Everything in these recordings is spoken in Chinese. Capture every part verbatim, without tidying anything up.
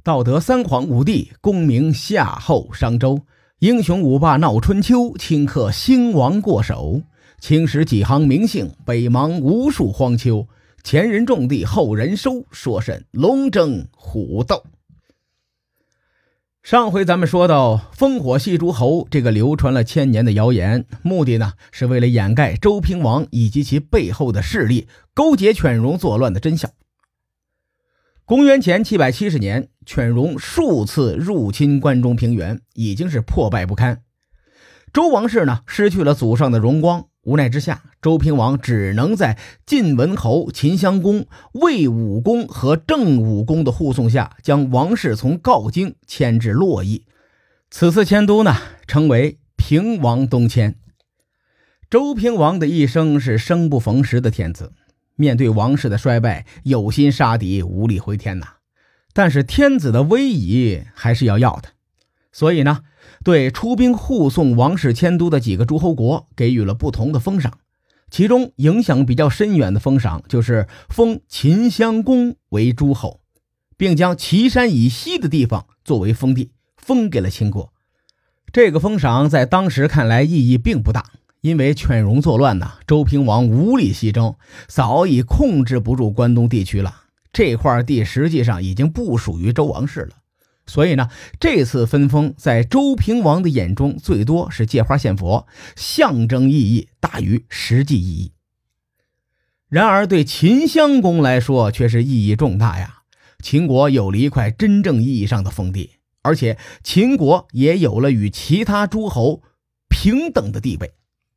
道德三皇五帝，功名夏后商周，英雄五霸闹春秋，顷刻兴亡过手。青史几行名姓，北邙无数荒丘。前人种地，后人收，说甚龙争虎斗。上回咱们说到烽火戏诸侯这个流传了千年的谣言，目的呢是为了掩盖周平王以及其背后的势力勾结犬戎作乱的真相。公元前七百七十年，犬戎数次入侵关中平原，已经是破败不堪。周王室呢失去了祖上的荣光，无奈之下，周平王只能在晋文侯、秦襄公、魏武公和郑武公的护送下，将王室从镐京迁至洛邑。此次迁都呢，称为平王东迁。周平王的一生是生不逢时的天子，面对王室的衰败，有心杀敌，无力回天呐。但是天子的威仪还是要要的，所以呢，对出兵护送王室迁都的几个诸侯国给予了不同的封赏。其中影响比较深远的封赏就是封秦襄公为诸侯，并将岐山以西的地方作为封地，封给了秦国。这个封赏在当时看来意义并不大，因为犬戎作乱呢，周平王无力西征，早已控制不住关东地区了。这块地实际上已经不属于周王室了，所以呢，这次分封在周平王的眼中最多是借花献佛，象征意义大于实际意义。然而对秦襄公来说却是意义重大呀，秦国有了一块真正意义上的封地，而且秦国也有了与其他诸侯平等的地位。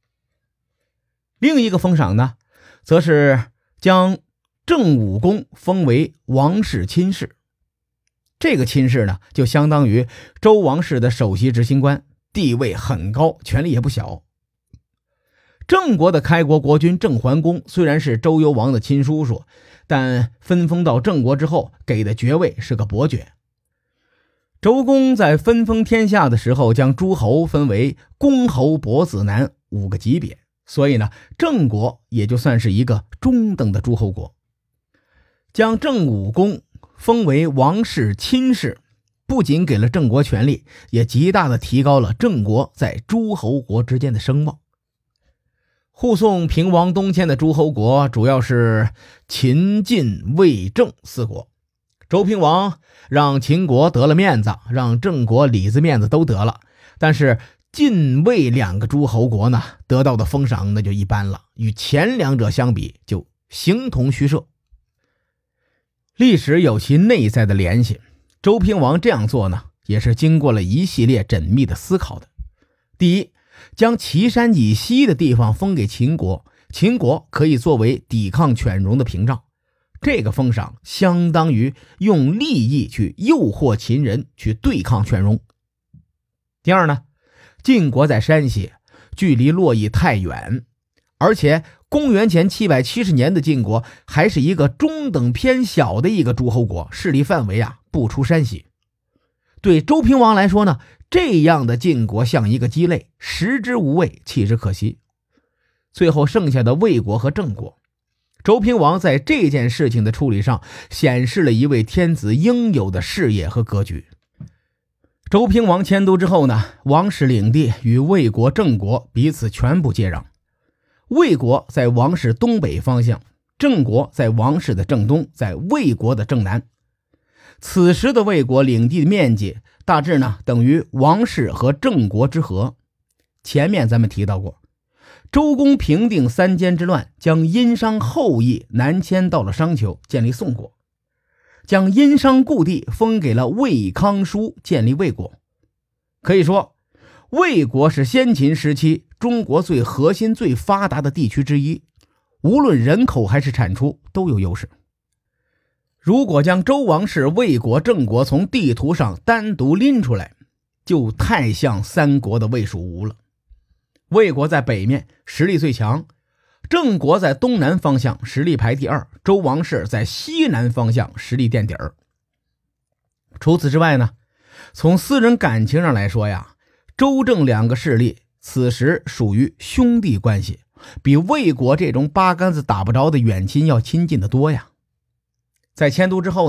另一个封赏呢，则是将郑武公封为王室亲事。这个亲事呢，就相当于周王室的首席执行官，地位很高，权力也不小。郑国的开国国君郑桓公虽然是周幽王的亲叔叔，但分封到郑国之后，给的爵位是个伯爵。周公在分封天下的时候，将诸侯分为公侯伯子男五个级别，所以呢，郑国也就算是一个中等的诸侯国。将郑武公封为王室亲事，不仅给了郑国权力，也极大的提高了郑国在诸侯国之间的声望。护送平王东迁的诸侯国主要是秦、晋、魏、郑四国。周平王让秦国得了面子，让郑国里子面子都得了，但是晋魏两个诸侯国呢，得到的封赏那就一般了，与前两者相比就形同虚设。历史有其内在的联系，周平王这样做呢，也是经过了一系列缜密的思考的。第一，将岐山以西的地方封给秦国，秦国可以作为抵抗犬戎的屏障，这个封赏相当于用利益去诱惑秦人去对抗犬戎。第二呢，晋国在山西，距离洛邑太远，而且公元前七百七十年的晋国还是一个中等偏小的一个诸侯国，势力范围啊不出山西。对周平王来说呢，这样的晋国像一个鸡肋，食之无味，弃之可惜。最后剩下的魏国和郑国，周平王在这件事情的处理上显示了一位天子应有的视野和格局。周平王迁都之后呢，王室领地与魏国、郑国彼此全部接壤。魏国在王室东北方向，郑国在王室的正东，在魏国的正南。此时的魏国领地面积大致呢等于王室和郑国之和。前面咱们提到过，周公平定三监之乱，将殷商后裔南迁到了商丘，建立宋国，将殷商故地封给了魏康叔，建立魏国。可以说魏国是先秦时期中国最核心最发达的地区之一，无论人口还是产出都有优势。如果将周王室、魏国、郑国从地图上单独拎出来，就太像三国的魏蜀吴了。魏国在北面实力最强，郑国在东南方向实力排第二，周王室在西南方向实力垫底儿。除此之外呢，从私人感情上来说呀，周郑两个势力此时属于兄弟关系，比魏国这种八竿子打不着的远亲要亲近得多呀。在迁都之后呢，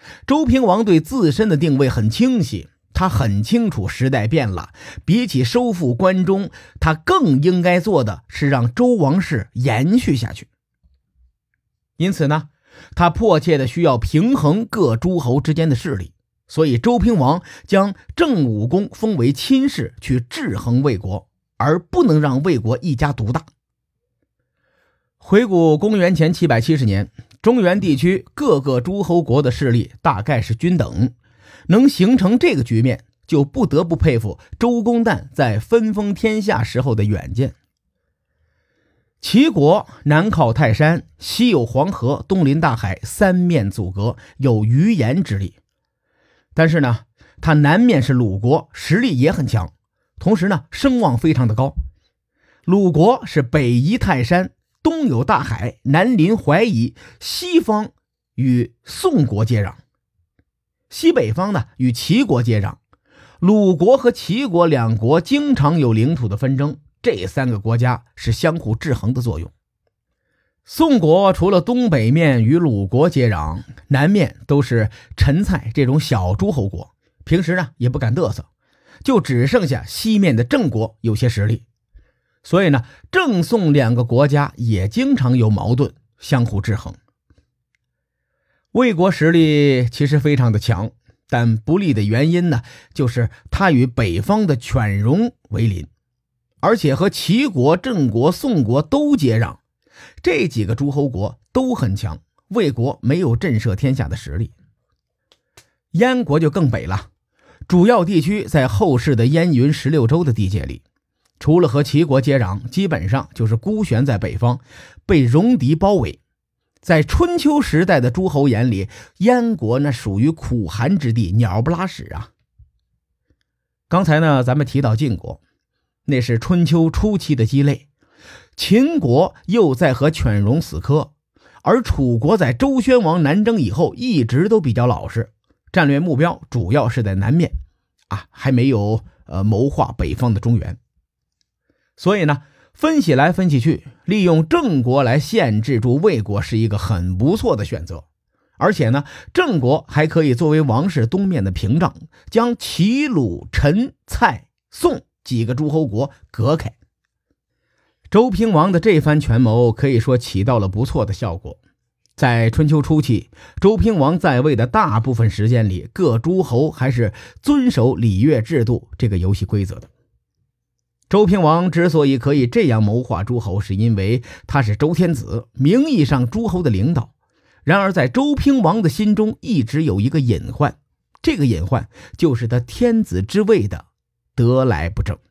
周平王对自身的定位很清晰，他很清楚时代变了，比起收复关中，他更应该做的是让周王室延续下去。因此呢，他迫切的需要平衡各诸侯之间的势力，所以周平王将郑武公封为亲事，去制衡魏国，而不能让魏国一家独大。回顾公元前七百七十年，中原地区各个诸侯国的势力大概是均等，能形成这个局面，就不得不佩服周公旦在分封天下时候的远见。齐国南靠泰山，西有黄河，东临大海，三面阻隔，有鱼盐之力。但是呢，它南面是鲁国，实力也很强，同时呢，声望非常的高。鲁国是北依泰山，东有大海，南临淮夷，西方与宋国接壤，西北方呢与齐国接壤。鲁国和齐国两国经常有领土的纷争，这三个国家是相互制衡的作用。宋国除了东北面与鲁国接壤，南面都是陈蔡这种小诸侯国，平时呢也不敢嘚瑟，就只剩下西面的郑国有些实力。所以呢，郑宋两个国家也经常有矛盾，相互制衡。魏国实力其实非常的强，但不利的原因呢，就是它与北方的犬戎为邻，而且和齐国、郑国、宋国都接壤，这几个诸侯国都很强，魏国没有震慑天下的实力。燕国就更北了，主要地区在后世的燕云十六州的地界里，除了和齐国接壤，基本上就是孤悬在北方，被戎狄包围。在春秋时代的诸侯眼里，燕国那属于苦寒之地，鸟不拉屎啊。刚才呢，咱们提到晋国，那是春秋初期的鸡肋，秦国又在和犬戎死磕，而楚国在周宣王南征以后一直都比较老实，战略目标主要是在南面啊，还没有呃谋划北方的中原。所以呢，分析来分析去，利用郑国来限制住魏国是一个很不错的选择。而且呢，郑国还可以作为王室东面的屏障，将齐、鲁、陈、蔡、宋几个诸侯国隔开。周平王的这番权谋可以说起到了不错的效果。在春秋初期，周平王在位的大部分时间里，各诸侯还是遵守礼乐制度这个游戏规则的。周平王之所以可以这样谋划诸侯，是因为他是周天子，名义上诸侯的领导。然而在周平王的心中一直有一个隐患，这个隐患就是他天子之位的得来不正。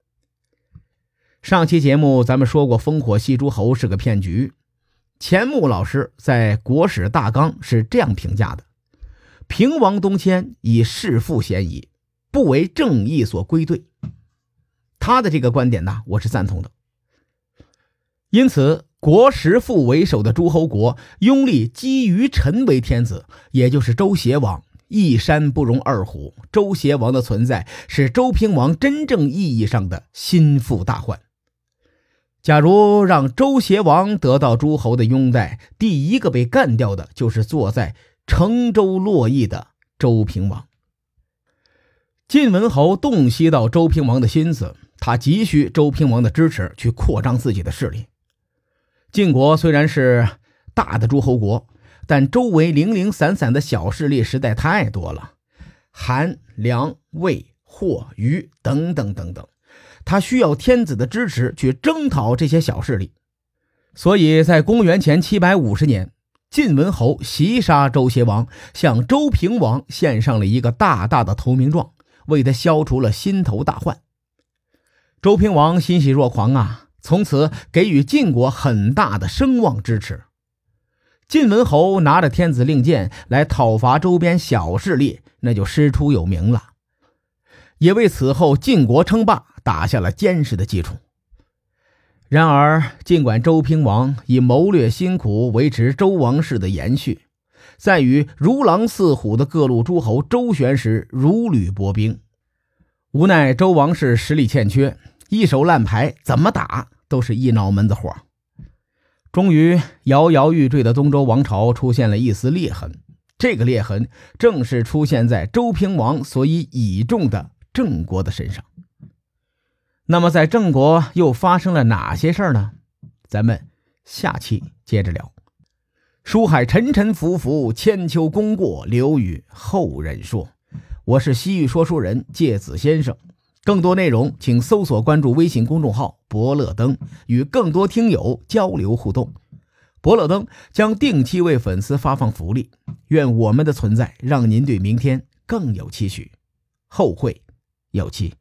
上期节目咱们说过，烽火戏诸侯是个骗局。钱穆老师在《国史大纲》是这样评价的：平王东迁以弑父嫌疑，不为正义所归队。他的这个观点呢，我是赞同的。因此，国十父为首的诸侯国拥立姬于臣为天子，也就是周协王。一山不容二虎，周协王的存在是周平王真正意义上的心腹大患。假如让周协王得到诸侯的拥戴，第一个被干掉的就是坐在成周洛邑的周平王。晋文侯洞悉到周平王的心思，他急需周平王的支持去扩张自己的势力。晋国虽然是大的诸侯国，但周围零零散散的小势力实在太多了，韩、梁、魏、霍、虞等等等等，他需要天子的支持去征讨这些小势力。所以在公元前七百五十年，晋文侯袭杀周协王，向周平王献上了一个大大的投名状，为他消除了心头大患。周平王欣喜若狂啊，从此给予晋国很大的声望支持。晋文侯拿着天子令箭来讨伐周边小势力，那就师出有名了，也为此后晋国称霸打下了坚实的基础。然而，尽管周平王以谋略辛苦维持周王室的延续，在与如狼似虎的各路诸侯周旋时如履薄冰。无奈周王室实力欠缺，一手烂牌，怎么打都是一脑门子火。终于摇摇欲坠的东周王朝出现了一丝裂痕， 这个裂痕正是出现在周平王所以倚重的郑国的身上。那么在郑国又发生了哪些事儿呢？咱们下期接着聊。书海沉沉浮浮，千秋功过留与后人说。我是西域说书人介子先生，更多内容请搜索关注微信公众号伯乐灯，与更多听友交流互动。伯乐灯将定期为粉丝发放福利，愿我们的存在让您对明天更有期许，后会有期。